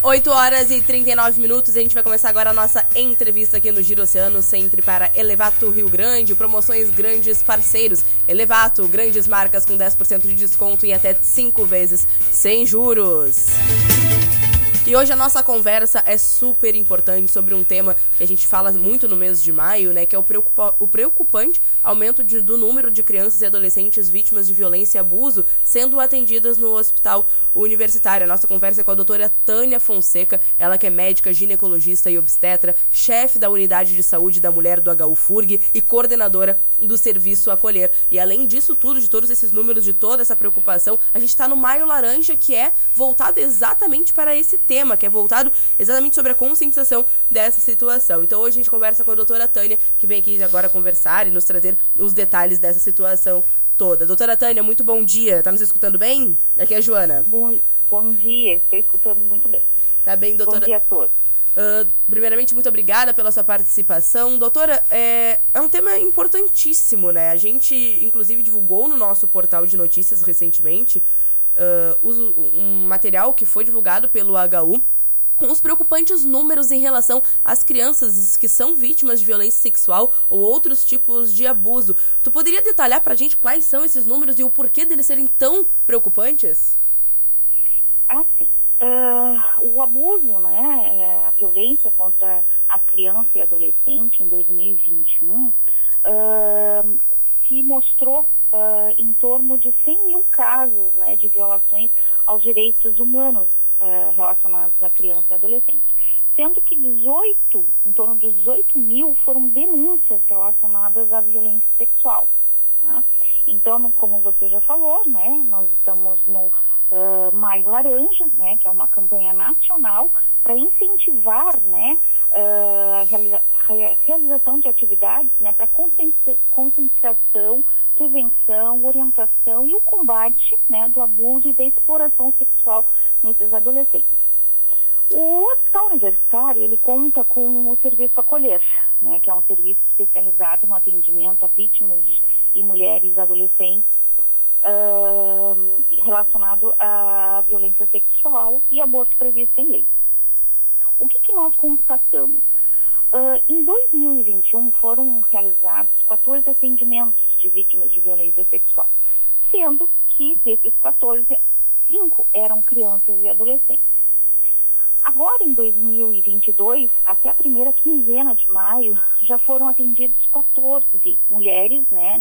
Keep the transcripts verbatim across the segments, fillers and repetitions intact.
oito horas e trinta e nove minutos, a gente vai começar agora a nossa entrevista aqui no Giro Oceano, sempre para Elevato Rio Grande, promoções grandes parceiros. Elevato, grandes marcas com dez por cento de desconto em até cinco vezes sem juros. E hoje a nossa conversa é super importante sobre um tema que a gente fala muito no mês de maio, né, que é o, preocupa- o preocupante aumento de, do número de crianças e adolescentes vítimas de violência e abuso sendo atendidas no hospital universitário. A nossa conversa é com a doutora Tânia Fonseca, ela que é médica, ginecologista e obstetra, chefe da Unidade de Saúde da Mulher do H U F U R G e coordenadora do Serviço Acolher. E além disso tudo, de todos esses números, de toda essa preocupação, a gente está no Maio Laranja, que é voltado exatamente para esse tema. tema, que é voltado exatamente sobre a conscientização dessa situação. Então hoje a gente conversa com a doutora Tânia, que vem aqui agora conversar e nos trazer os detalhes dessa situação toda. Doutora Tânia, muito bom dia. Tá nos escutando bem? Aqui é a Joana. Bom, bom dia, estou escutando muito bem. Tá bem, doutora? Bom dia a todos. Uh, primeiramente, muito obrigada pela sua participação. Doutora, é, é um tema importantíssimo, né? A gente, inclusive, divulgou no nosso portal de notícias recentemente Uh, um material que foi divulgado pelo H U com os preocupantes números em relação às crianças que são vítimas de violência sexual ou outros tipos de abuso. Tu poderia detalhar pra gente quais são esses números e o porquê deles serem tão preocupantes? Ah, sim. Uh, o abuso, né, a violência contra a criança e adolescente em dois mil e vinte e um uh, se mostrou Uh, em torno de cem mil casos, né, de violações aos direitos humanos uh, relacionados à criança e adolescente, sendo que dezoito, em torno de dezoito mil foram denúncias relacionadas à violência sexual. Tá? Então, como você já falou, né, nós estamos no uh, Maio Laranja, né, que é uma campanha nacional para incentivar, né, uh, a realiza- realização de atividades, né, para conscientização, prevenção, orientação e o combate, né, do abuso e da exploração sexual nesses adolescentes. O Hospital Universitário, ele conta com o Serviço Acolher, né, que é um serviço especializado no atendimento a vítimas de, e mulheres adolescentes uh, relacionado à violência sexual e aborto previsto em lei. O que, que nós constatamos? Uh, em dois mil e vinte e um foram realizados quatorze atendimentos de vítimas de violência sexual, sendo que desses quatorze, cinco eram crianças e adolescentes. Agora, em dois mil e vinte e dois, até a primeira quinzena de maio, já foram atendidos quatorze mulheres, né,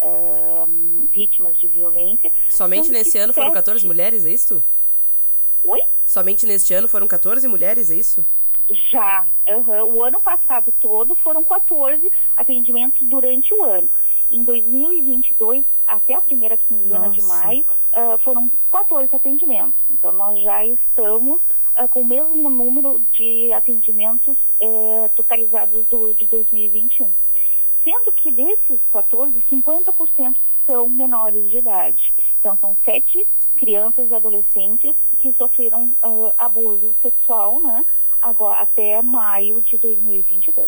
uh, vítimas de violência. Somente nesse ano sete... foram quatorze mulheres, é isso? Oi? Somente neste ano foram quatorze mulheres, é isso? Já. Uhum. O ano passado todo foram quatorze atendimentos durante o ano. Em dois mil e vinte e dois, até a primeira quinzena de maio, uh, foram quatorze atendimentos. Então, nós já estamos uh, com o mesmo número de atendimentos uh, totalizados do, de dois mil e vinte e um. Sendo que desses quatorze, cinquenta por cento são menores de idade. Então, são sete crianças e adolescentes que sofreram uh, abuso sexual, né? Agora, até maio de dois mil e vinte e dois.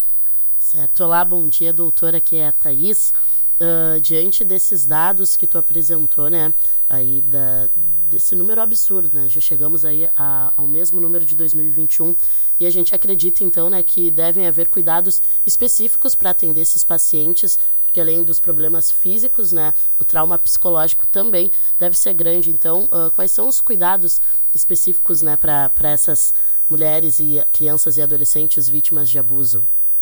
Certo. Olá, bom dia, doutora, aqui é a Thaís. Uh, diante desses dados que tu apresentou, né, aí da, desse número absurdo, né, já chegamos aí a, ao mesmo número de dois mil e vinte e um e a gente acredita, então, né, que devem haver cuidados específicos para atender esses pacientes, porque além dos problemas físicos, né, o trauma psicológico também deve ser grande. Então, uh, quais são os cuidados específicos, né, para essas mulheres e crianças e adolescentes vítimas de abuso?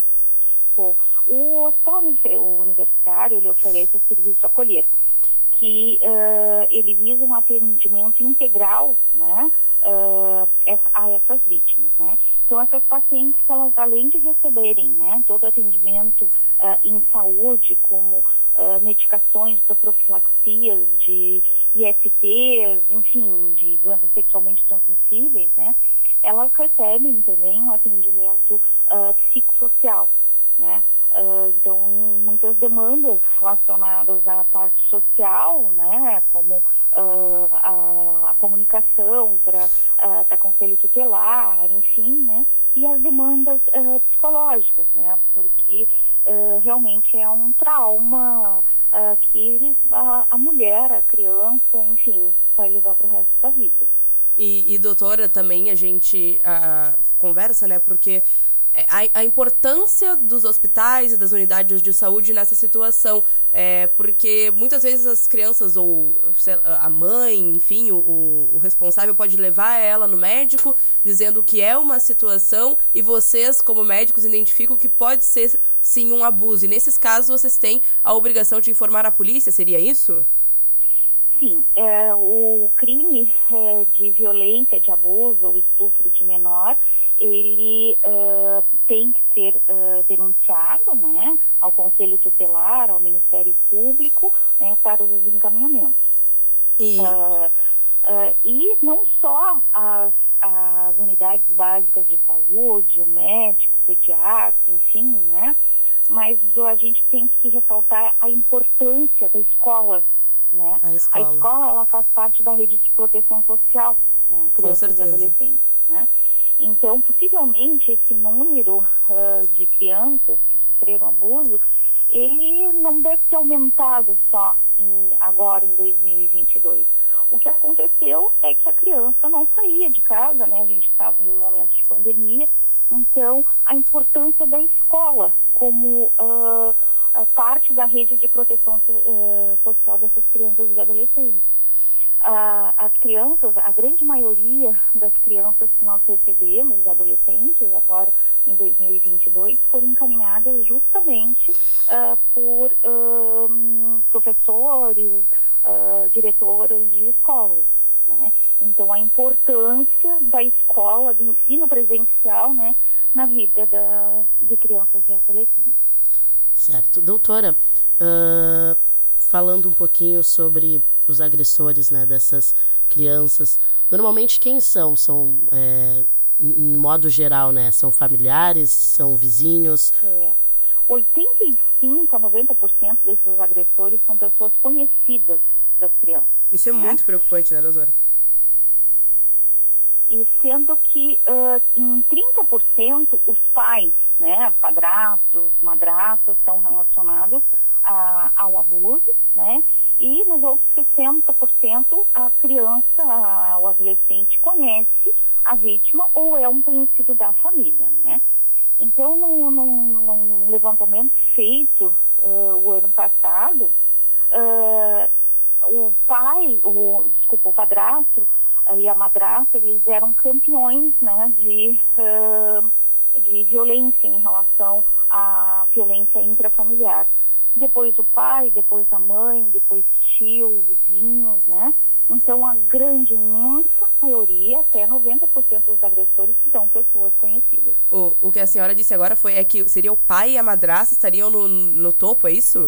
Bom, o Hospital Universitário, ele oferece o Serviço Acolher, que uh, ele visa um atendimento integral, né, uh, a essas vítimas, né. Então, essas pacientes, elas, além de receberem, né, todo o atendimento uh, em saúde, como uh, medicações para profilaxias de I S Ts, enfim, de doenças sexualmente transmissíveis, né, elas recebem também um atendimento uh, psicossocial, né? Uh, então, muitas demandas relacionadas à parte social, né? Como uh, a, a comunicação para uh, conselho tutelar, enfim, né? E as demandas uh, psicológicas, né? Porque uh, realmente é um trauma uh, que a, a mulher, a criança, enfim, vai levar para o resto da vida. E, e doutora, também a gente uh, conversa, né, porque a, a importância dos hospitais e das unidades de saúde nessa situação, é, porque muitas vezes as crianças ou a mãe, enfim, o, o responsável pode levar ela no médico dizendo que é uma situação e vocês, como médicos, identificam que pode ser, sim, um abuso. E nesses casos vocês têm a obrigação de informar a polícia, seria isso? Sim, é, o crime é, de violência, de abuso ou estupro de menor, ele uh, tem que ser uh, denunciado, né, ao Conselho Tutelar, ao Ministério Público, né, para os encaminhamentos. E, uh, uh, e não só as, as unidades básicas de saúde, o médico, o pediatra, enfim, né, mas a gente tem que ressaltar a importância da escola. Né? A escola. A escola, ela faz parte da rede de proteção social, né? Crianças Com certeza. E adolescentes, né? Então, possivelmente, esse número uh, de crianças que sofreram abuso, ele não deve ter aumentado só em, agora, em dois mil e vinte e dois. O que aconteceu é que a criança não saía de casa, né? A gente estava em um momento de pandemia, então, a importância da escola como... Uh, parte da rede de proteção uh, social dessas crianças e adolescentes. Uh, as crianças, a grande maioria das crianças que nós recebemos, adolescentes, agora em dois mil e vinte e dois, foram encaminhadas justamente uh, por uh, professores, uh, diretoras de escolas. Né? Então, a importância da escola, do ensino presencial, né, na vida da, de crianças e adolescentes. Certo. Doutora, uh, falando um pouquinho sobre os agressores, né, dessas crianças, normalmente quem são? São, é, em modo geral, né? São familiares, são vizinhos? É. oitenta e cinco a noventa por cento desses agressores são pessoas conhecidas das crianças. Isso é, né? muito preocupante, né, doutora? E sendo que uh, em trinta por cento os pais, né, padrastos, madrastas, estão relacionados a, ao abuso, né, e nos outros sessenta por cento a criança, a, o adolescente conhece a vítima ou é um conhecido da família, né. Então, num, num, num levantamento feito uh, o ano passado, uh, o pai, o, desculpa, o padrasto e a madrasta, eles eram campeões, né, de, uh, de violência em relação à violência intrafamiliar. Depois o pai, depois a mãe, depois tio, vizinhos, né? Então, a grande, imensa maioria, até noventa por cento dos agressores, são pessoas conhecidas. O, o que a senhora disse agora foi é que seria o pai e a madrasta estariam no, no topo, é isso?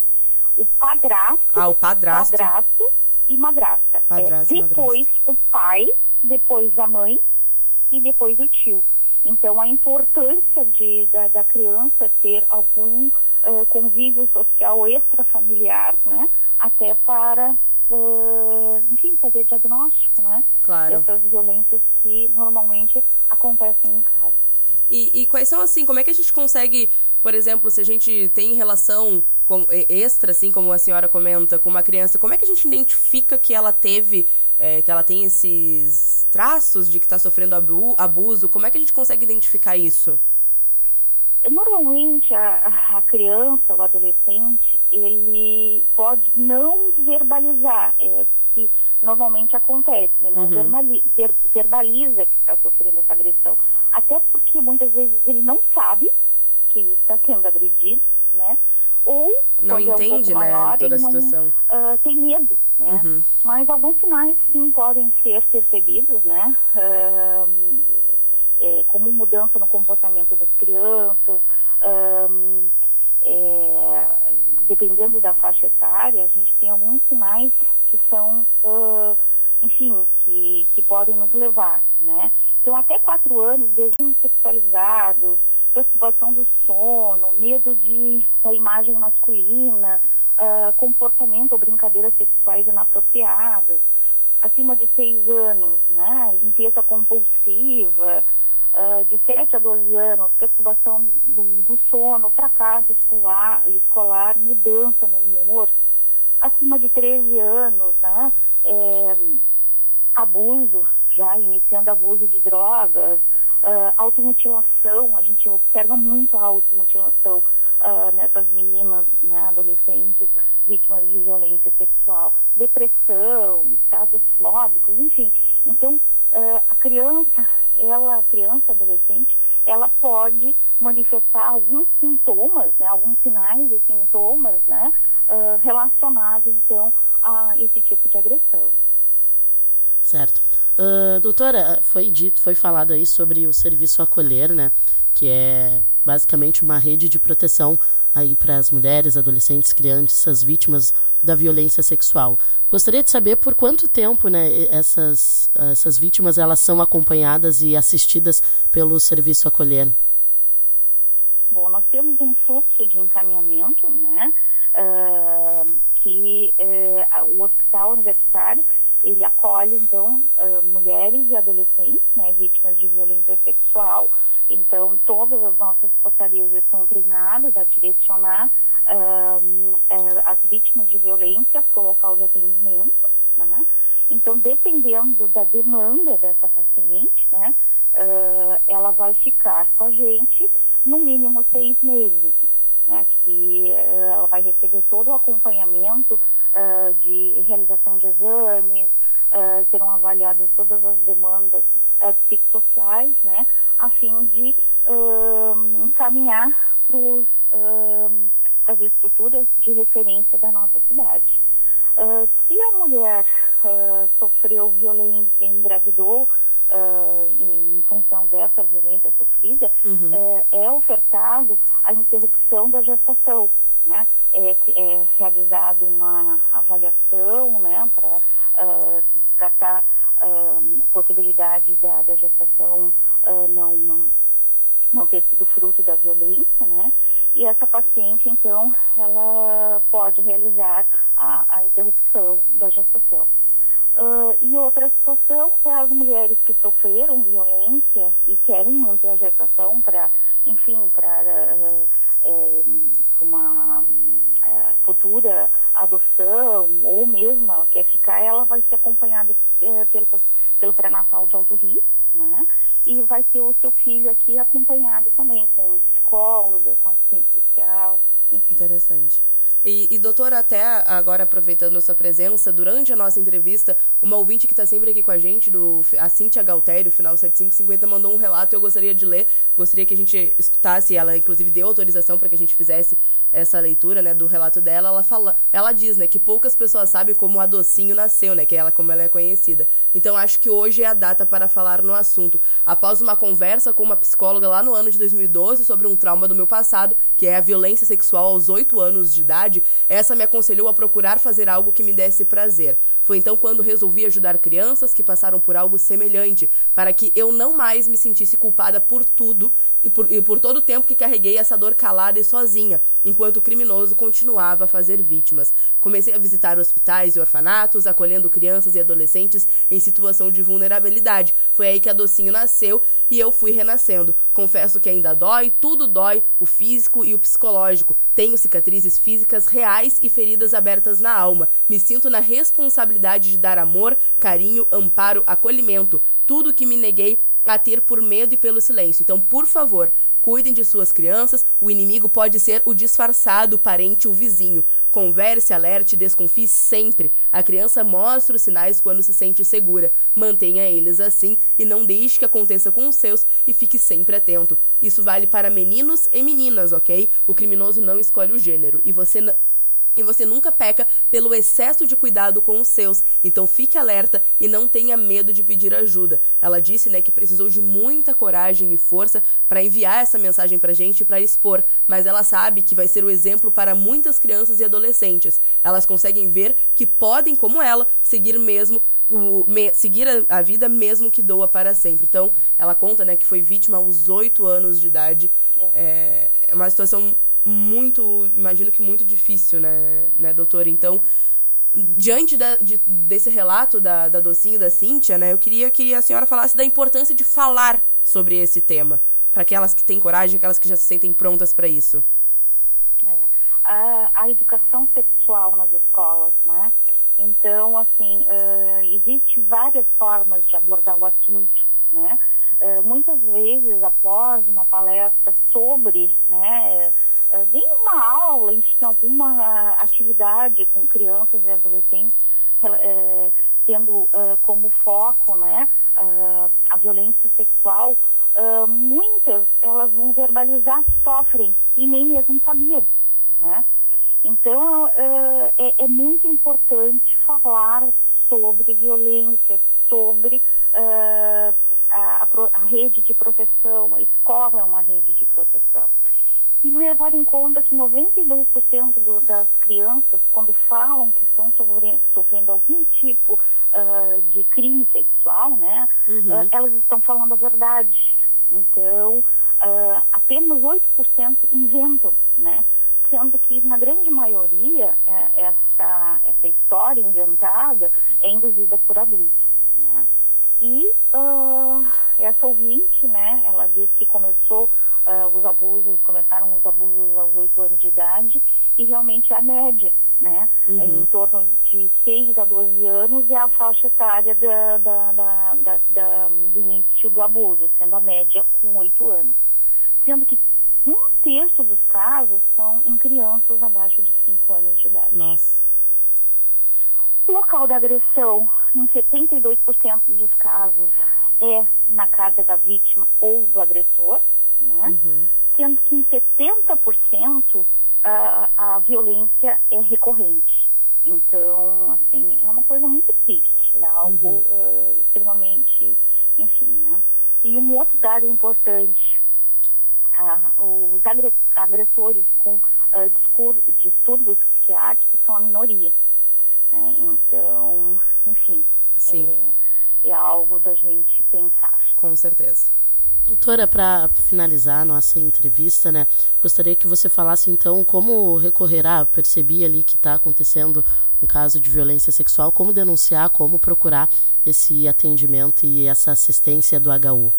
O padrasto, ah, o padrasto. padrasto e madrasta. Padrasto, é, depois madrasta. o pai, depois a mãe e depois o tio. Então, a importância de, da, da criança ter algum uh, convívio social extrafamiliar, né? Até para, uh, enfim, fazer diagnóstico, né? Claro. Dessas violências que normalmente acontecem em casa. E, e quais são, assim, como é que a gente consegue, por exemplo, se a gente tem relação com, extra, assim, como a senhora comenta, com uma criança, como é que a gente identifica que ela teve, é, que ela tem esses traços de que está sofrendo abu, abuso? Como é que a gente consegue identificar isso? Normalmente, a, a criança, o adolescente, ele pode não verbalizar, é, que normalmente acontece, ele não uhum. ver, verbaliza que está sofrendo essa agressão. Até porque muitas vezes ele não sabe que está sendo agredido, né? Ou não entende, é um maior, né, toda a não, situação. Uh, tem medo, né? Uhum. Mas alguns sinais sim podem ser percebidos, né? Uh, é, como mudança no comportamento das crianças, uh, é, dependendo da faixa etária, a gente tem alguns sinais que são, uh, enfim, que, que podem nos levar, né? Então, até quatro anos, desenhos sexualizados, perturbação do sono, medo de, da imagem masculina, uh, comportamento ou brincadeiras sexuais inapropriadas. Acima de seis anos, né? Limpeza compulsiva. Uh, de sete a doze anos, perturbação do, do sono, fracasso escolar, escolar, mudança no humor. Acima de treze anos, né? É, abuso já iniciando abuso de drogas, uh, automutilação, a gente observa muito a automutilação uh, nessas meninas, né, adolescentes, vítimas de violência sexual, depressão, estados fóbicos, enfim. Então, uh, a criança, ela, a criança, adolescente, ela pode manifestar alguns sintomas, né, alguns sinais e sintomas, né, uh, relacionados, então, a esse tipo de agressão. Certo. Uh, doutora, foi dito, foi falado aí sobre o Serviço Acolher, né, que é basicamente uma rede de proteção aí para as mulheres, adolescentes, crianças, vítimas da violência sexual. Gostaria de saber por quanto tempo, né, essas, essas vítimas elas são acompanhadas e assistidas pelo Serviço Acolher. Bom, nós temos um fluxo de encaminhamento, né, uh, que uh, o Hospital Universitário, ele acolhe, então, uh, mulheres e adolescentes, né, vítimas de violência sexual. Então, todas as nossas portarias estão treinadas a direcionar uh, uh, as vítimas de violência para o local de atendimento, né? Então, dependendo da demanda dessa paciente, né, uh, ela vai ficar com a gente no mínimo seis meses, né, que uh, ela vai receber todo o acompanhamento uh, de realização de exames, uh, serão avaliadas todas as demandas uh, psicossociais, né, a fim de uh, encaminhar para uh, as estruturas de referência da nossa cidade. Uh, se a mulher uh, sofreu violência e engravidou, Uh, em, em função dessa violência sofrida, uhum. uh, é ofertado a interrupção da gestação, né? É, é realizada uma avaliação, né, para uh, se descartar uh, possibilidade da, da gestação uh, não, não, não ter sido fruto da violência, né? E essa paciente, então, ela pode realizar a, a interrupção da gestação. Uh, e outra situação é as mulheres que sofreram violência e querem manter a gestação para, enfim, para uh, é, uma uh, futura adoção, ou mesmo ela quer ficar, ela vai ser acompanhada uh, pelo, pelo pré-natal de alto risco, né? E vai ter o seu filho aqui acompanhado também com psicóloga, com assistente social, enfim. Interessante. E, e, doutora, até agora, aproveitando a sua presença, durante a nossa entrevista, uma ouvinte que está sempre aqui com a gente, do, a Cíntia Galtério, final sete cinco cinco zero, mandou um relato e eu gostaria de ler, gostaria que a gente escutasse, ela inclusive deu autorização para que a gente fizesse essa leitura, né, do relato dela. Ela fala, ela diz, né, que poucas pessoas sabem como a Docinho nasceu, né, que é ela, como ela é conhecida. Então, acho que hoje é a data para falar no assunto. Após uma conversa com uma psicóloga lá no ano de dois mil e doze sobre um trauma do meu passado, que é a violência sexual aos oito anos de idade, essa me aconselhou a procurar fazer algo que me desse prazer. Foi então quando resolvi ajudar crianças que passaram por algo semelhante, para que eu não mais me sentisse culpada por tudo e por, e por todo o tempo que carreguei essa dor calada e sozinha, enquanto o criminoso continuava a fazer vítimas. Comecei a visitar hospitais e orfanatos, acolhendo crianças e adolescentes em situação de vulnerabilidade. Foi aí que a Docinho nasceu e eu fui renascendo. Confesso que ainda dói, tudo dói, o físico e o psicológico. Tenho cicatrizes físicas reais e feridas abertas na alma. Me sinto na responsabilidade de dar amor, carinho, amparo, acolhimento. Tudo que me neguei a ter por medo e pelo silêncio. Então, por favor, cuidem de suas crianças. O inimigo pode ser o disfarçado, o parente, o vizinho. Converse, alerte, desconfie sempre. A criança mostra os sinais quando se sente segura. Mantenha eles assim e não deixe que aconteça com os seus e fique sempre atento. Isso vale para meninos e meninas, ok? O criminoso não escolhe o gênero. E você não... E você nunca peca pelo excesso de cuidado com os seus. Então fique alerta e não tenha medo de pedir ajuda. Ela disse, né, que precisou de muita coragem e força para enviar essa mensagem pra gente e pra expor. Mas ela sabe que vai ser o exemplo para muitas crianças e adolescentes. Elas conseguem ver que podem, como ela, seguir mesmo... O, me, seguir a, a vida mesmo que doa para sempre. Então, ela conta, né, que foi vítima aos oito anos de idade. É, é uma situação muito, imagino que muito difícil, né, né doutora? Então, diante da, de, desse relato da, da Docinho, da Cíntia, né, eu queria que a senhora falasse da importância de falar sobre esse tema, para aquelas que têm coragem, aquelas que já se sentem prontas para isso. É, a, a educação sexual nas escolas, né, Então, assim, uh, existem várias formas de abordar o assunto, né? Uh, muitas vezes, após uma palestra sobre, né, uh, nem uma aula, enfim, alguma uh, atividade com crianças e adolescentes, uh, tendo uh, como foco, né, uh, a violência sexual, uh, muitas, elas vão verbalizar que sofrem e nem mesmo sabiam, né? Então, uh, é, é muito importante falar sobre violência, sobre uh, a, a rede de proteção, a escola é uma rede de proteção. E levar em conta que noventa e dois por cento do, das crianças, quando falam que estão sofrendo, sofrendo algum tipo uh, de crime sexual, né, uhum. uh, elas estão falando a verdade. Então, uh, apenas oito por cento inventam, né? Sendo que, na grande maioria, é, essa, essa história inventada é induzida por adulto, né? E uh, essa ouvinte, né, ela diz que começou uh, os abusos, começaram os abusos aos oito anos de idade, e realmente a média, né, uhum. é em torno de seis a doze anos é a faixa etária da, da, da, da, da, do início do abuso, sendo a média com oito anos. Sendo que um terço dos casos são em crianças abaixo de cinco anos de idade. Nossa. O local da agressão, em setenta e dois por cento dos casos, é na casa da vítima ou do agressor, né? Uhum. Sendo que em setenta por cento a, a violência é recorrente. Então, assim, é uma coisa muito triste, é algo uhum. uh, extremamente, enfim, né? E um outro dado importante, Uh, os agressores com uh, discur- distúrbios psiquiátricos são a minoria, né? Então, enfim, é, é algo da gente pensar. Com certeza. Doutora, para finalizar a nossa entrevista, né, gostaria que você falasse então como recorrerá, percebi ali que está acontecendo um caso de violência sexual, como denunciar, como procurar esse atendimento e essa assistência do H U.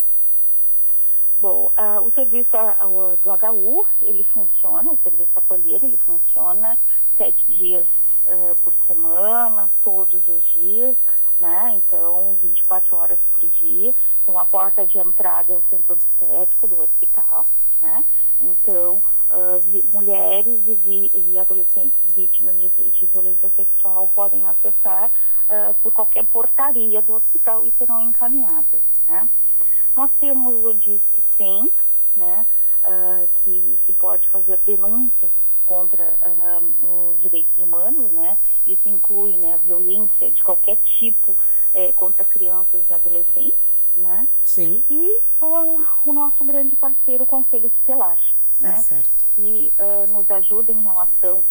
Bom, uh, o serviço uh, do H U, ele funciona, o serviço acolher, ele funciona sete dias uh, por semana, todos os dias, né? Então, vinte e quatro horas por dia. Então, a porta de entrada é o centro obstétrico do hospital, né? Então, uh, vi, mulheres e, vi, e adolescentes vítimas de, de violência sexual podem acessar uh, por qualquer portaria do hospital e serão encaminhadas, né? Nós temos o Disque cem, né, uh, que se pode fazer denúncias contra uh, os direitos humanos, né? Isso inclui, né, a violência de qualquer tipo eh, contra crianças e adolescentes, né? Sim. E uh, o nosso grande parceiro, o Conselho Tutelar, né? Certo. Que uh, nos ajuda em relação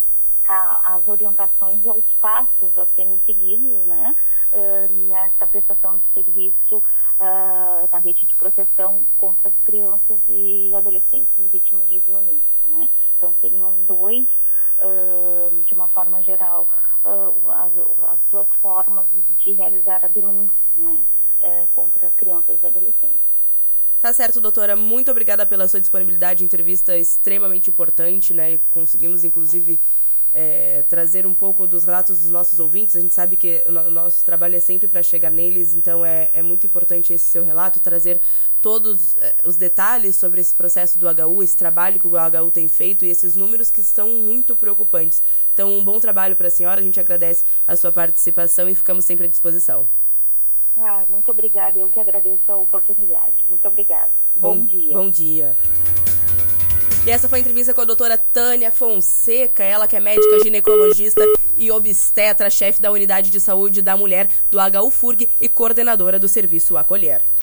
às orientações e aos passos a serem seguidos, né? Uh, nessa prestação de serviço uh, na rede de proteção contra as crianças e adolescentes vítimas de violência, né? Então, seriam dois, uh, de uma forma geral, uh, as, as duas formas de realizar a denúncia, né, uh, contra crianças e adolescentes. Tá certo, doutora. Muito obrigada pela sua disponibilidade, entrevista extremamente importante, né? Conseguimos, inclusive, É, trazer um pouco dos relatos dos nossos ouvintes. A gente sabe que o, no, o nosso trabalho é sempre para chegar neles, então é, é muito importante esse seu relato, trazer todos é, os detalhes sobre esse processo do H U, esse trabalho que o H U tem feito e esses números que são muito preocupantes. Então, um bom trabalho para a senhora, a gente agradece a sua participação e ficamos sempre à disposição. Ah, muito obrigada, eu que agradeço a oportunidade. Muito obrigada. Bom, bom dia. Bom dia. E essa foi a entrevista com a doutora Tânia Fonseca, ela que é médica ginecologista e obstetra, chefe da Unidade de Saúde da Mulher do H U F U R G e coordenadora do Serviço Acolher.